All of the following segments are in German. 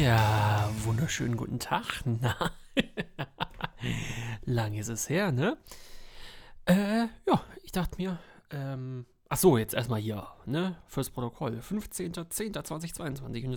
Ja, wunderschönen guten Tag. Na, lang ist es her, ne? Ja, ich dachte mir, ach so, jetzt erstmal hier, ne? Fürs Protokoll. 15.10.2022 und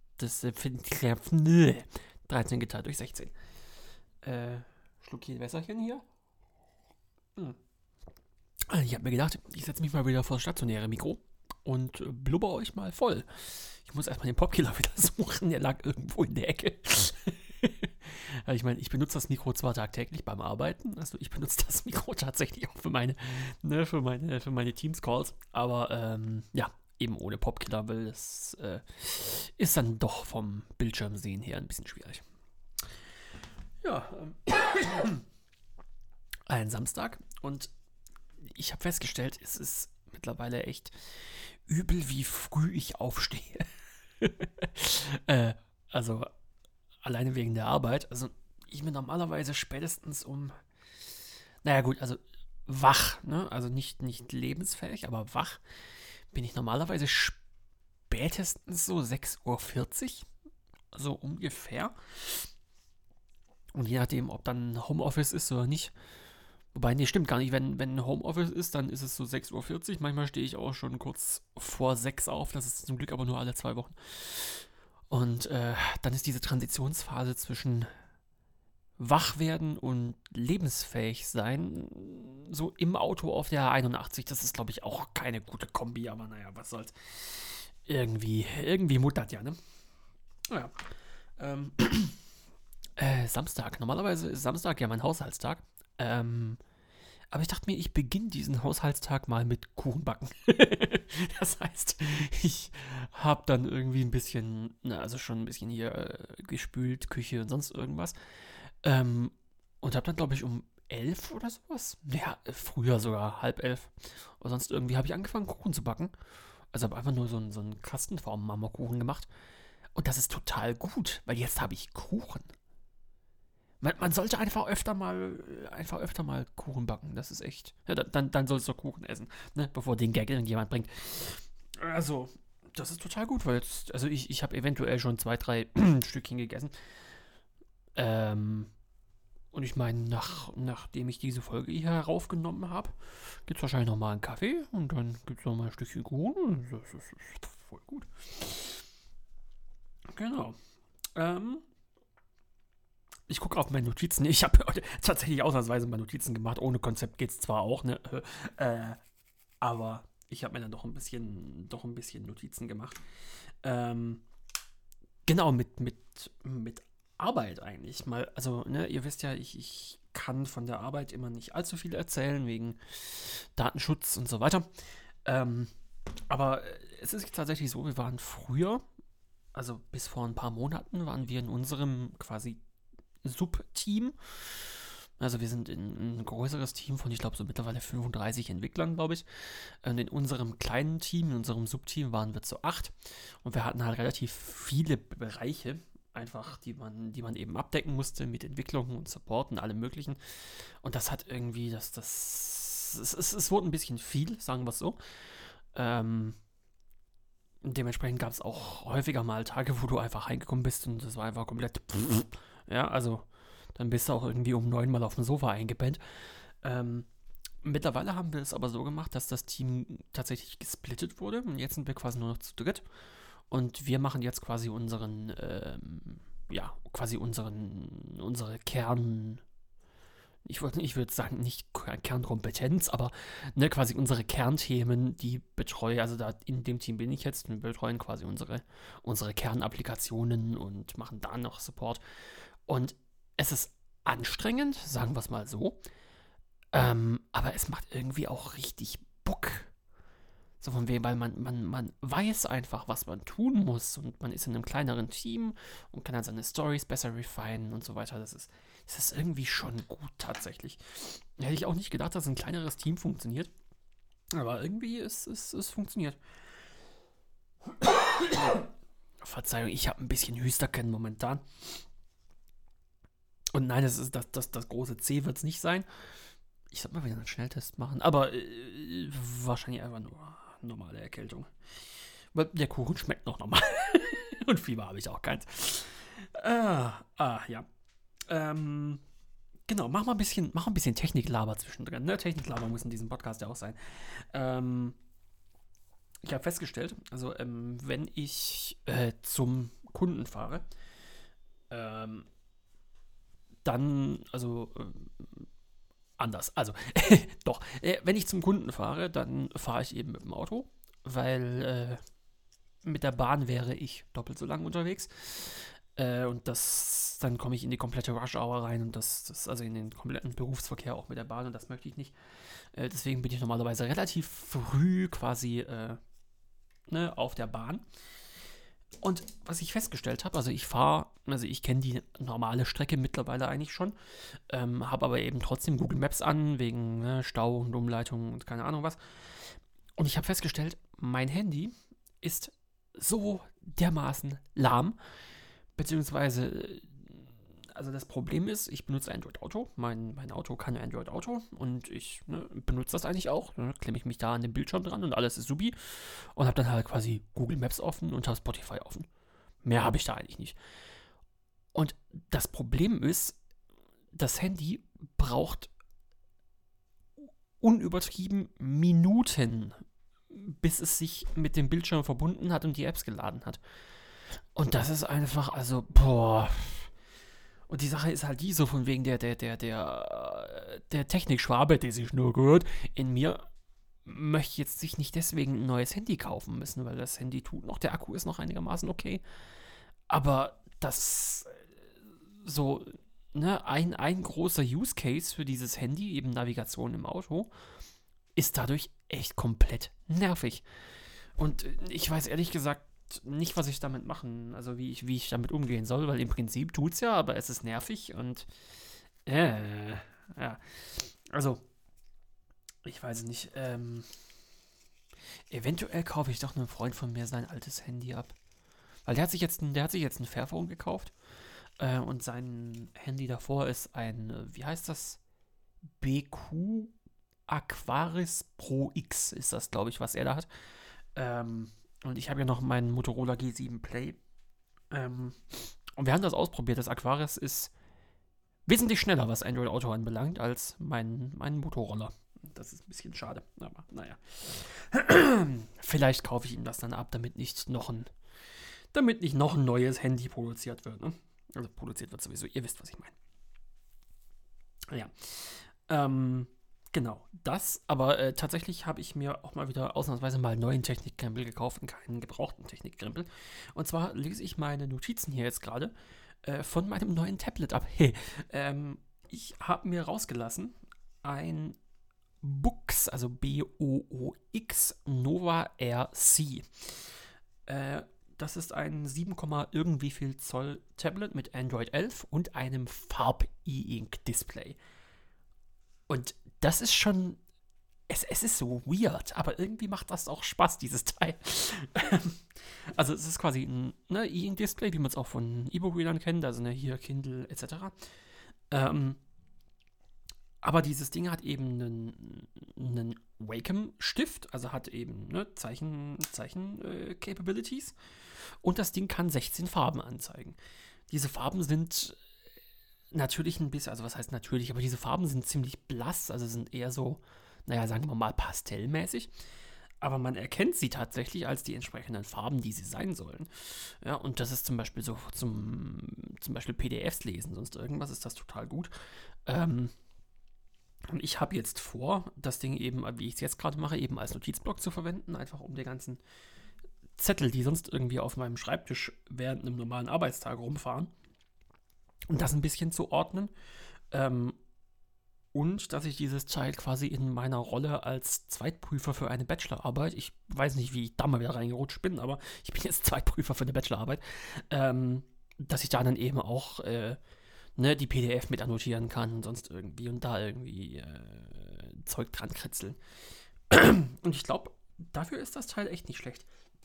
nö, 13 geteilt durch 16. Schluckchen Wässerchen hier. Hm. Ich habe mir gedacht, ich setze mich mal wieder vor das stationäre Mikro und blubber euch mal voll. Ich muss erstmal den Popkiller wieder suchen, der lag irgendwo in der Ecke. Also ich meine, ich benutze das Mikro zwar tagtäglich beim Arbeiten, also ich benutze das Mikro tatsächlich auch für meine Teams-Calls, aber ja, eben ohne Popkiller, weil das ist dann doch vom Bildschirmsehen her ein bisschen schwierig. Ja, ein Samstag und ich habe festgestellt, es ist mittlerweile echt übel, wie früh ich aufstehe. Also alleine wegen der Arbeit. Also ich bin normalerweise spätestens naja gut, also wach, ne? Also nicht lebensfähig, aber wach bin ich normalerweise spätestens so 6:40 Uhr, so ungefähr. Und je nachdem, ob dann Homeoffice ist oder nicht. Wobei, nee, stimmt gar nicht. Wenn Homeoffice ist, dann ist es so 6:40 Uhr. Manchmal stehe ich auch schon kurz vor 6 auf. Das ist zum Glück aber nur alle 2 Wochen. Und dann ist diese Transitionsphase zwischen wach werden und lebensfähig sein so im Auto auf der 81. Das ist, glaube ich, auch keine gute Kombi. Aber naja, was soll's. Irgendwie muttert ja, ne? Naja. Ähm, Samstag. Normalerweise ist Samstag ja mein Haushaltstag. Aber ich dachte mir, ich beginne diesen Haushaltstag mal mit Kuchenbacken. Das heißt, ich habe dann irgendwie ein bisschen, also schon ein bisschen hier gespült, Küche und sonst irgendwas. Ähm, und habe dann, glaube ich, um 11 oder sowas, ja, früher sogar, halb 11 oder sonst irgendwie, habe ich angefangen, Kuchen zu backen. Also habe einfach nur so einen Kastenform-Marmorkuchen gemacht. Und das ist total gut, weil jetzt habe ich Kuchen. Man sollte einfach öfter mal Kuchen backen. Das ist echt. Ja, dann sollst du Kuchen essen, ne? Bevor den Gag irgendjemand bringt. Also, das ist total gut, weil jetzt, also ich habe eventuell schon 2, 3 Stückchen gegessen. Ähm, und ich meine, nachdem ich diese Folge hier heraufgenommen habe, gibt es wahrscheinlich nochmal einen Kaffee und dann gibt es nochmal ein Stückchen Kuchen. Das ist voll gut. Genau. Ähm, Ich gucke auf meine Notizen. Ich habe heute tatsächlich ausnahmsweise mal Notizen gemacht. Ohne Konzept geht es zwar auch, ne? Aber ich habe mir dann doch ein bisschen Notizen gemacht. Ähm, genau, mit Arbeit eigentlich mal. Also, ne, ihr wisst ja, ich kann von der Arbeit immer nicht allzu viel erzählen, wegen Datenschutz und so weiter. Ähm, aber es ist tatsächlich so, wir waren früher, also bis vor ein paar Monaten, waren wir in unserem quasi Subteam. Also wir sind ein größeres Team von, ich glaube, so mittlerweile 35 Entwicklern, glaube ich. Und in unserem kleinen Team, in unserem Subteam waren wir zu 8. Und wir hatten halt relativ viele Bereiche, einfach, die man eben abdecken musste mit Entwicklung und Support und allem möglichen. Und das hat irgendwie, es wurde ein bisschen viel, sagen wir es so. Ähm, Dementsprechend gab es auch häufiger mal Tage, wo du einfach reingekommen bist und das war einfach komplett. Ja, also dann bist du auch irgendwie um 9 mal auf dem Sofa eingepennt. Ähm, Mittlerweile haben wir es aber so gemacht, dass das Team tatsächlich gesplittet wurde und jetzt sind wir quasi nur noch zu dritt und wir machen jetzt quasi unsere ich würde sagen, nicht Kernkompetenz, aber ne, quasi unsere Kernthemen, die betreue, also da in dem Team bin ich jetzt, wir betreuen quasi unsere Kernapplikationen und machen da noch Support. Und es ist anstrengend, sagen wir es mal so, aber es macht irgendwie auch richtig Bock. So von wegen, weil man weiß einfach, was man tun muss und man ist in einem kleineren Team und kann dann seine Stories besser refinen und so weiter. Das ist irgendwie schon gut tatsächlich. Hätte ich auch nicht gedacht, dass ein kleineres Team funktioniert. Aber irgendwie es funktioniert. Verzeihung, ich habe ein bisschen Hüsterken momentan. Und nein, das große C wird es nicht sein. Ich sollte mal wieder einen Schnelltest machen. Aber wahrscheinlich einfach nur normale Erkältung. Weil der Kuchen schmeckt noch normal. Und Fieber habe ich auch keins. Ja. Ähm, genau, mach mal ein bisschen Techniklaber zwischendrin. Ne? Techniklaber muss in diesem Podcast ja auch sein. Ähm, ich habe festgestellt, also wenn ich zum Kunden fahre, ähm, dann, also anders. Also, doch, wenn ich zum Kunden fahre, dann fahre ich eben mit dem Auto, weil mit der Bahn wäre ich doppelt so lang unterwegs. Und dann komme ich in die komplette Rush-Hour rein und also in den kompletten Berufsverkehr auch mit der Bahn und das möchte ich nicht. Deswegen bin ich normalerweise relativ früh quasi ne, auf der Bahn. Und was ich festgestellt habe, also ich kenne die normale Strecke mittlerweile eigentlich schon, habe aber eben trotzdem Google Maps an, wegen ne, Stau und Umleitung und keine Ahnung was. Und ich habe festgestellt, mein Handy ist so dermaßen lahm, beziehungsweise, also das Problem ist, ich benutze Android Auto. Mein Auto kann Android Auto und ich benutze das eigentlich auch. Ne, klemme ich mich da an den Bildschirm dran und alles ist supi. Und habe dann halt quasi Google Maps offen und habe Spotify offen. Mehr habe ich da eigentlich nicht. Und das Problem ist, das Handy braucht unübertrieben Minuten, bis es sich mit dem Bildschirm verbunden hat und die Apps geladen hat. Und das ist einfach, also, boah. Und die Sache ist halt die, so von wegen der Technikschwabe, der sich nur gehört, in mir möchte jetzt sich nicht deswegen ein neues Handy kaufen müssen, weil das Handy tut noch, der Akku ist noch einigermaßen okay. Aber das so, ne, ein großer Use Case für dieses Handy, eben Navigation im Auto, ist dadurch echt komplett nervig. Und ich weiß ehrlich gesagt nicht, was ich damit machen, also wie ich damit umgehen soll, weil im Prinzip tut's ja, aber es ist nervig und ja. Also, ich weiß nicht, eventuell kaufe ich doch einem Freund von mir sein altes Handy ab. Weil der hat sich jetzt ein Fairphone gekauft und sein Handy davor ist ein, wie heißt das? BQ Aquaris Pro X ist das, glaube ich, was er da hat. Und ich habe ja noch meinen Motorola G7 Play. Und wir haben das ausprobiert. Das Aquaris ist wesentlich schneller, was Android Auto anbelangt, als mein Motorroller. Das ist ein bisschen schade, aber naja. Vielleicht kaufe ich ihm das dann ab, damit nicht noch ein neues Handy produziert wird. Ne? Also produziert wird sowieso, ihr wisst, was ich meine. Ja. Genau, das, aber tatsächlich habe ich mir auch mal wieder ausnahmsweise mal einen neuen Technikkrempel gekauft und keinen gebrauchten Technikkrempel. Und zwar lese ich meine Notizen hier jetzt gerade von meinem neuen Tablet ab. Hey, ich habe mir rausgelassen ein Boox, also Boox Nova RC. Das ist ein 7, irgendwie viel Zoll Tablet mit Android 11 und einem Farb-E-Ink-Display. Und das ist schon. Es ist so weird, aber irgendwie macht das auch Spaß, dieses Teil. Also es ist quasi ein E-Ink-Display, wie man es auch von E-Book-Readern kennt, also hier Kindle etc. Aber dieses Ding hat eben einen Wacom-Stift, also hat eben Zeichen-Capabilities. Und das Ding kann 16 Farben anzeigen. Diese Farben sind natürlich ein bisschen, also was heißt natürlich, aber diese Farben sind ziemlich blass, also sind eher so, naja, sagen wir mal pastellmäßig. Aber man erkennt sie tatsächlich als die entsprechenden Farben, die sie sein sollen. Ja, und das ist zum Beispiel so zum Beispiel PDFs lesen, sonst irgendwas ist das total gut. Und ich habe jetzt vor, das Ding eben, wie ich es jetzt gerade mache, eben als Notizblock zu verwenden, einfach um die ganzen Zettel, die sonst irgendwie auf meinem Schreibtisch während einem normalen Arbeitstag rumfahren, um das ein bisschen zu ordnen. Und dass ich dieses Teil quasi in meiner Rolle als Zweitprüfer für eine Bachelorarbeit, ich weiß nicht, wie ich da mal wieder reingerutscht bin, aber ich bin jetzt Zweitprüfer für eine Bachelorarbeit, dass ich da dann eben auch die PDF mit annotieren kann und sonst irgendwie und da irgendwie Zeug dran kritzeln. Und ich glaube, dafür ist das Teil echt nicht schlecht.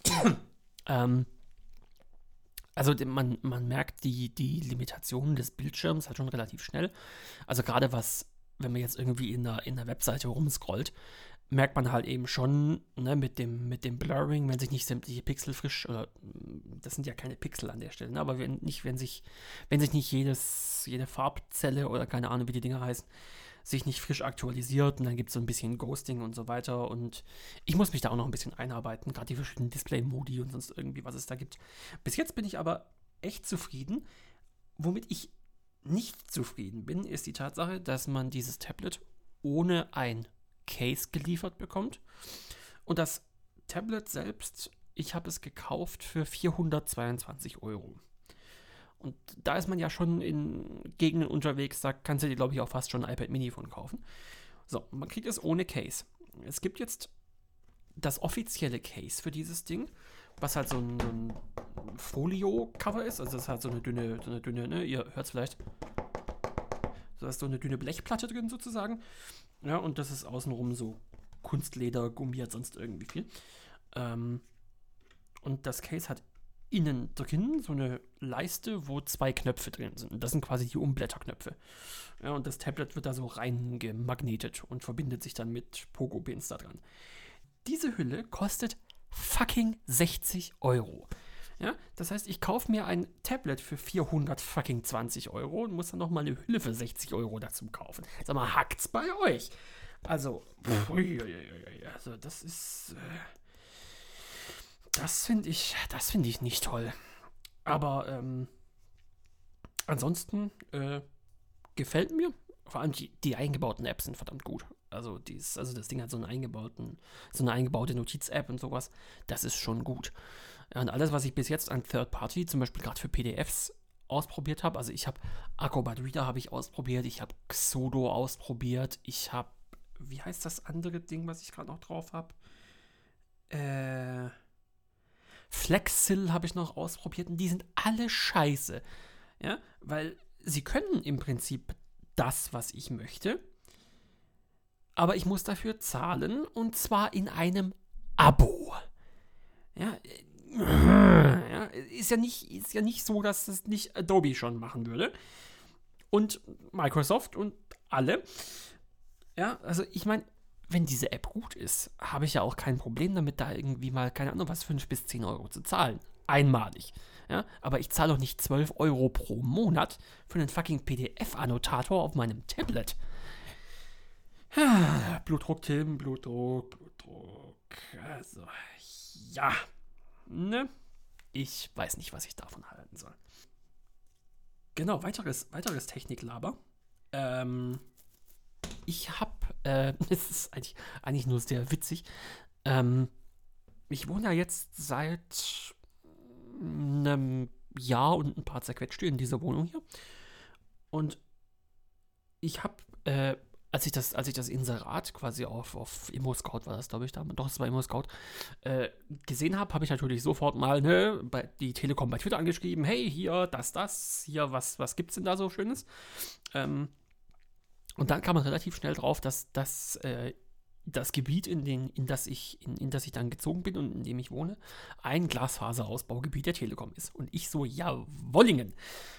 Also man merkt die Limitationen des Bildschirms halt schon relativ schnell. Also gerade wenn man jetzt irgendwie in der Webseite rumscrollt, merkt man halt eben schon, ne, mit dem Blurring, wenn sich nicht sämtliche Pixel frisch, oder das sind ja keine Pixel an der Stelle, ne, aber wenn sich nicht jede Farbzelle oder keine Ahnung, wie die Dinger heißen, sich nicht frisch aktualisiert und dann gibt es so ein bisschen Ghosting und so weiter und ich muss mich da auch noch ein bisschen einarbeiten, gerade die verschiedenen Display-Modi und sonst irgendwie, was es da gibt. Bis jetzt bin ich aber echt zufrieden. Womit ich nicht zufrieden bin, ist die Tatsache, dass man dieses Tablet ohne ein Case geliefert bekommt. Und das Tablet selbst, ich habe es gekauft für 422 Euro. Und da ist man ja schon in Gegenden unterwegs, da kannst du dir, glaube ich, auch fast schon ein iPad Mini von kaufen. So, man kriegt es ohne Case. Es gibt jetzt das offizielle Case für dieses Ding, was halt so ein Folio-Cover ist. Also das ist halt so eine dünne, ne, ihr hört es vielleicht. Da ist so eine dünne Blechplatte drin sozusagen. Ja, und das ist außenrum so Kunstleder, gummiert, sonst irgendwie viel. Und das Case hat innen drin so eine Leiste, wo 2 Knöpfe drin sind. Und das sind quasi die Umblätterknöpfe. Ja, und das Tablet wird da so reingemagnetet und verbindet sich dann mit Pogo-Pins da dran. Diese Hülle kostet fucking 60 Euro. Ja, das heißt, ich kaufe mir ein Tablet für 420 Euro und muss dann nochmal eine Hülle für 60 Euro dazu kaufen. Sag mal, hackt's bei euch? Also, also das ist, das finde ich nicht toll. Aber ansonsten gefällt mir. Vor allem die eingebauten Apps sind verdammt gut. Also das Ding hat so eine eingebaute Notiz-App und sowas. Das ist schon gut. Ja, und alles, was ich bis jetzt an Third-Party, zum Beispiel gerade für PDFs, ausprobiert habe, also ich habe Acrobat Reader habe ich ausprobiert, ich habe Xodo ausprobiert, ich habe, wie heißt das andere Ding, was ich gerade noch drauf habe? Flexil habe ich noch ausprobiert und die sind alle scheiße. Ja, weil sie können im Prinzip das, was ich möchte, aber ich muss dafür zahlen und zwar in einem Abo. Ja, ist ja nicht so, dass es nicht Adobe schon machen würde. Und Microsoft und alle. Ja, also ich meine, wenn diese App gut ist, habe ich ja auch kein Problem damit, da irgendwie mal, keine Ahnung, was 5 bis 10 Euro zu zahlen. Einmalig. Ja, aber ich zahle doch nicht 12 Euro pro Monat für einen fucking PDF-Annotator auf meinem Tablet. Blutdruck, Tim, Blutdruck. Also, ja. Ne? Ich weiß nicht, was ich davon halten soll. Genau, weiteres Techniklaber. Ich habe, es ist eigentlich nur sehr witzig. Ich wohne ja jetzt seit einem Jahr und ein paar zerquetschte in dieser Wohnung hier. Und ich habe, als ich das Inserat quasi auf ImmoScout war das, glaube ich, doch, es war ImmoScout, gesehen habe ich natürlich sofort mal die Telekom bei Twitter angeschrieben, hey, hier, hier, was gibt's denn da so Schönes? Und dann kam man relativ schnell drauf, dass das Gebiet, in das ich dann gezogen bin und in dem ich wohne, ein Glasfaserausbaugebiet der Telekom ist. Und ich so, ja, Wollingen.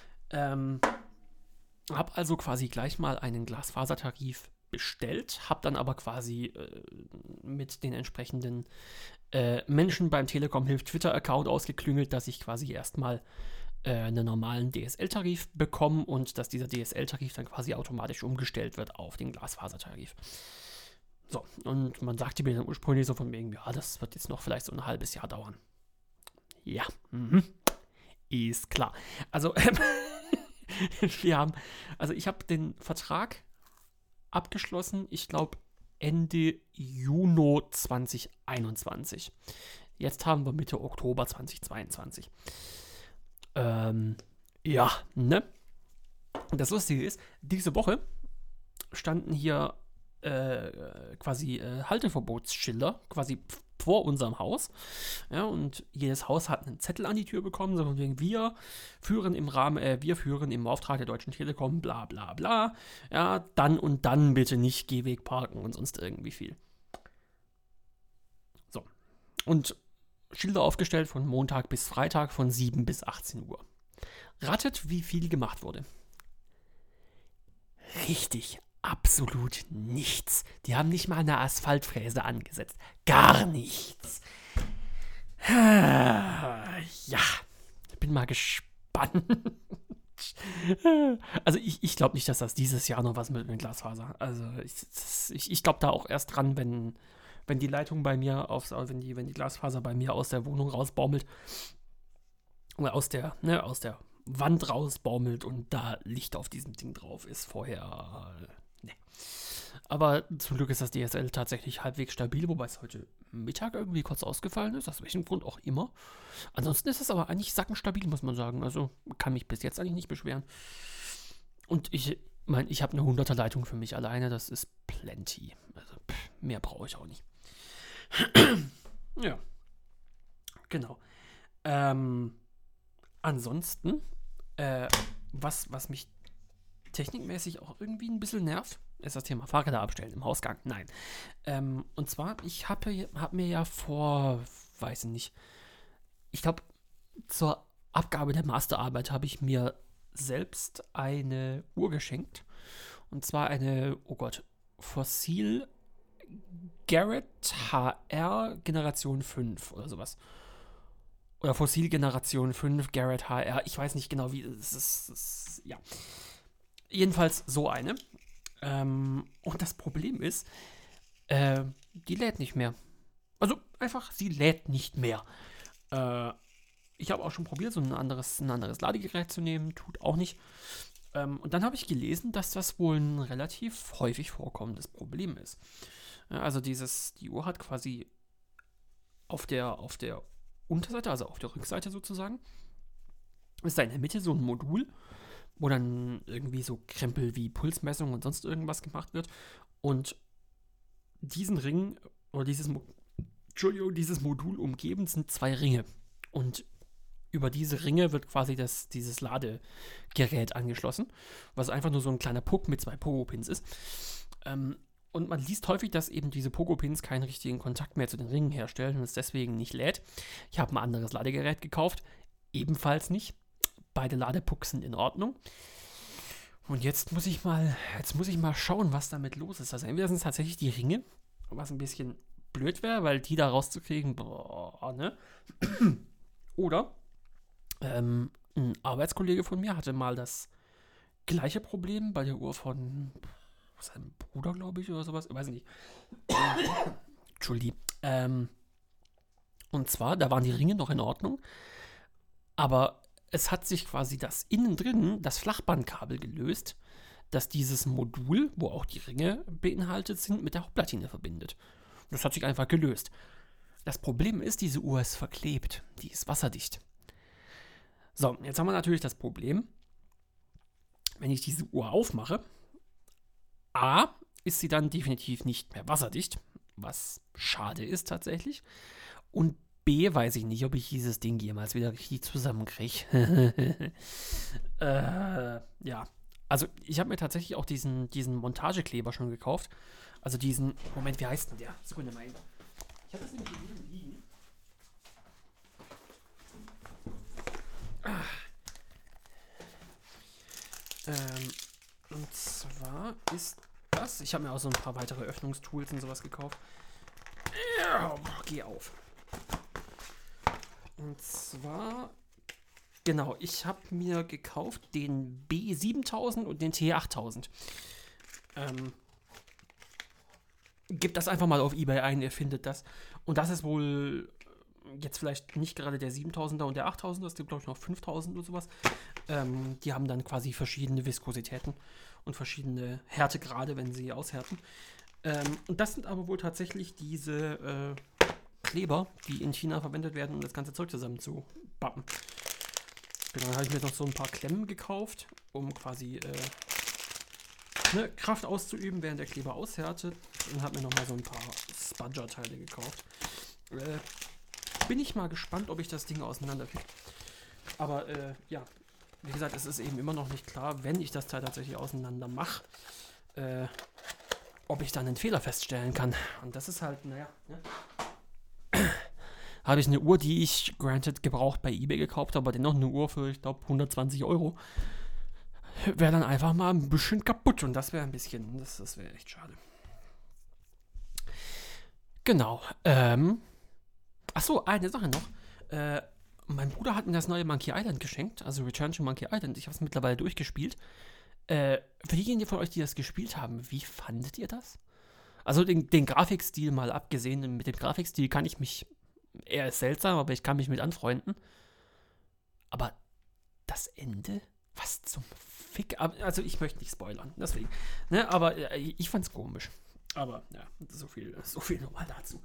Habe also quasi gleich mal einen Glasfasertarif bestellt, habe dann aber quasi mit den entsprechenden Menschen beim Telekom Hilft Twitter-Account ausgeklüngelt, dass ich quasi erstmal einen normalen DSL-Tarif bekomme und dass dieser DSL-Tarif dann quasi automatisch umgestellt wird auf den Glasfasertarif. So, und man sagte mir dann ursprünglich so von wegen, ja, das wird jetzt noch vielleicht so ein halbes Jahr dauern. Ja, ist klar. Also, ich habe den Vertrag abgeschlossen, ich glaube Ende Juni 2021. Jetzt haben wir Mitte Oktober 2022. Ja, ne? Und das Lustige ist, diese Woche standen hier quasi Halteverbotsschilder, quasi vor unserem Haus. Ja, und jedes Haus hat einen Zettel an die Tür bekommen, so von wegen, wir führen im Auftrag der Deutschen Telekom, bla bla bla. Ja, dann und dann bitte nicht Gehweg parken und sonst irgendwie viel. So. Und Schilder aufgestellt von Montag bis Freitag von 7 bis 18 Uhr. Ratet, wie viel gemacht wurde. Richtig, absolut nichts. Die haben nicht mal eine Asphaltfräse angesetzt. Gar nichts. Ja, ich bin mal gespannt. Also ich glaube nicht, dass das dieses Jahr noch was mit Glasfaser. Also ich glaube da auch erst dran, wenn die Leitung bei mir wenn die Glasfaser bei mir aus der Wohnung rausbaumelt oder aus der Wand rausbaumelt und da Licht auf diesem Ding drauf ist. Vorher, ne. Aber zum Glück ist das DSL tatsächlich halbwegs stabil, wobei es heute Mittag irgendwie kurz ausgefallen ist, aus welchem Grund auch immer. Ansonsten ist es aber eigentlich sackenstabil, muss man sagen. Also kann mich bis jetzt eigentlich nicht beschweren. Und ich meine, ich habe eine 100er Leitung für mich alleine, das ist plenty. Also mehr brauche ich auch nicht. Ja, genau. Ansonsten, was mich technikmäßig auch irgendwie ein bisschen nervt, ist das Thema Fahrräder abstellen im Hausgang. Nein. Und zwar, ich hab mir ja weiß ich nicht, ich glaube, zur Abgabe der Masterarbeit habe ich mir selbst eine Uhr geschenkt. Und zwar eine, oh Gott, Fossil Garrett HR Generation 5 oder sowas. Oder Fossil Generation 5 Garrett HR. Ich weiß nicht genau, wie es ist. Ja. Jedenfalls so eine. Und das Problem ist, die lädt nicht mehr. Also einfach, sie lädt nicht mehr. Ich habe auch schon probiert, so ein anderes Ladegerät zu nehmen. Tut auch nicht. Und dann habe ich gelesen, dass das wohl ein relativ häufig vorkommendes Problem ist. Also die Uhr hat quasi auf der Unterseite, also auf der Rückseite sozusagen, ist da in der Mitte so ein Modul, wo dann irgendwie so Krempel wie Pulsmessung und sonst irgendwas gemacht wird. Und diesen Ring oder dieses Modul umgeben sind 2 Ringe. Und über diese Ringe wird quasi dieses Ladegerät angeschlossen, was einfach nur so ein kleiner Puck mit 2 Pogo-Pins ist. Und man liest häufig, dass eben diese Pogo-Pins keinen richtigen Kontakt mehr zu den Ringen herstellen und es deswegen nicht lädt. Ich habe ein anderes Ladegerät gekauft, ebenfalls nicht. Beide Ladepucks sind in Ordnung. Und jetzt muss ich mal schauen, was damit los ist. Also entweder sind es tatsächlich die Ringe, was ein bisschen blöd wäre, weil die da rauszukriegen, boah, ne? Oder ein Arbeitskollege von mir hatte mal das gleiche Problem bei der Uhr von seinem Bruder, glaube ich, oder sowas. Ich weiß nicht. Entschuldigung. Und zwar, da waren die Ringe noch in Ordnung, aber es hat sich quasi innen drin das Flachbandkabel gelöst, das dieses Modul, wo auch die Ringe beinhaltet sind, mit der Hauptplatine verbindet. Das hat sich einfach gelöst. Das Problem ist, diese Uhr ist verklebt. Die ist wasserdicht. So, jetzt haben wir natürlich das Problem, wenn ich diese Uhr aufmache, A, ist sie dann definitiv nicht mehr wasserdicht, was schade ist tatsächlich. Und B, weiß ich nicht, ob ich dieses Ding jemals wieder richtig zusammenkriege. Ja. Also, ich habe mir tatsächlich auch diesen Montagekleber schon gekauft. Also Moment, wie heißt denn der? Sekunde mal. Ich habe das nämlich hier drüben liegen. Und zwar ist das, ich habe mir auch so ein paar weitere Öffnungstools und sowas gekauft. Ja, geh auf. Und zwar, genau, ich habe mir gekauft den B7000 und den T8000. Gebt das einfach mal auf eBay ein, ihr findet das. Und das ist wohl jetzt vielleicht nicht gerade der 7000er und der 8000er, es gibt glaube ich noch 5000 oder sowas. Die haben dann quasi verschiedene Viskositäten und verschiedene Härtegrade, wenn sie aushärten. Und das sind aber wohl tatsächlich diese Kleber, die in China verwendet werden, um das ganze Zeug zusammen zu bappen. Genau, dann habe ich mir noch so ein paar Klemmen gekauft, um quasi Kraft auszuüben, während der Kleber aushärtet. Und habe mir nochmal so ein paar Spudger-Teile gekauft. Bin ich mal gespannt, ob ich das Ding auseinanderkriege. Aber ja, wie gesagt, es ist eben immer noch nicht klar, wenn ich das Teil tatsächlich auseinander mache, ob ich dann einen Fehler feststellen kann. Und das ist halt, naja, ne? Habe ich eine Uhr, die ich, granted, gebraucht bei eBay gekauft habe, aber dennoch eine Uhr für, ich glaube, 120 Euro. wäre dann einfach mal ein bisschen kaputt und das wäre ein bisschen, das wäre echt schade. Genau. Achso, eine Sache noch. Mein Bruder hat mir das neue Monkey Island geschenkt, also Return to Monkey Island. Ich habe es mittlerweile durchgespielt. Für diejenigen von euch, die das gespielt haben, wie fandet ihr das? Also den Grafikstil mal abgesehen, mit dem Grafikstil kann ich mich, er ist seltsam, aber ich kann mich mit anfreunden. Aber das Ende? Was zum Fick? Also ich möchte nicht spoilern, deswegen. Ne, aber ich fand's komisch. Aber ja, so viel nochmal dazu.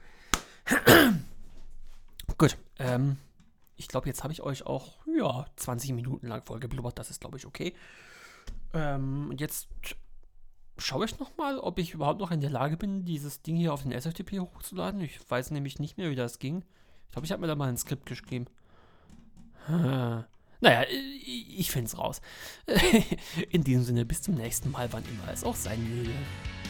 Gut, ich glaube, jetzt habe ich euch auch, ja, 20 Minuten lang vollgeblubbert. Das ist, glaube ich, okay. Und jetzt schaue ich nochmal, ob ich überhaupt noch in der Lage bin, dieses Ding hier auf den SFTP hochzuladen. Ich weiß nämlich nicht mehr, wie das ging. Ich glaube, ich habe mir da mal ein Skript geschrieben. Naja, ich finde es raus. In diesem Sinne, bis zum nächsten Mal, wann immer es auch sein möge.